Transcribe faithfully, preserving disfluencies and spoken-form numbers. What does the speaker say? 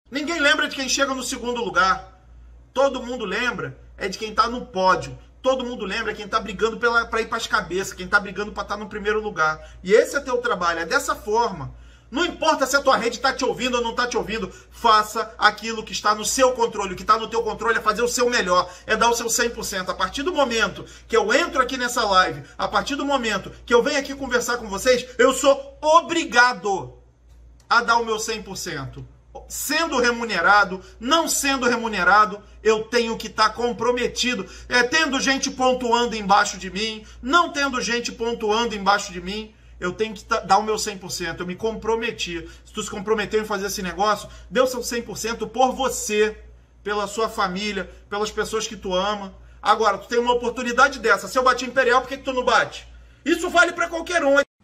Ninguém lembra de quem chega no segundo lugar. Todo mundo lembra é de quem está no pódio. Todo mundo lembra quem está brigando para ir para as cabeças, quem está brigando para estar no primeiro lugar. E esse é teu trabalho, é dessa forma. Não importa se a tua rede está te ouvindo ou não está te ouvindo, faça aquilo que está no seu controle. O que está no teu controle é fazer o seu melhor, é dar o seu cem por cento. A partir do momento que eu entro aqui nessa live, a partir do momento que eu venho aqui conversar com vocês, eu sou obrigado a dar o meu cem por cento. Sendo remunerado, não sendo remunerado, eu tenho que estar comprometido. É, tendo gente pontuando embaixo de mim, não tendo gente pontuando embaixo de mim, eu tenho que dar o meu cem por cento. Eu me comprometi. Se tu se comprometeu em fazer esse negócio, dê o seu cem por cento por você, pela sua família, pelas pessoas que tu ama. Agora, tu tem uma oportunidade dessa. Se eu bati Imperial, por que, que tu não bate? Isso vale para qualquer um.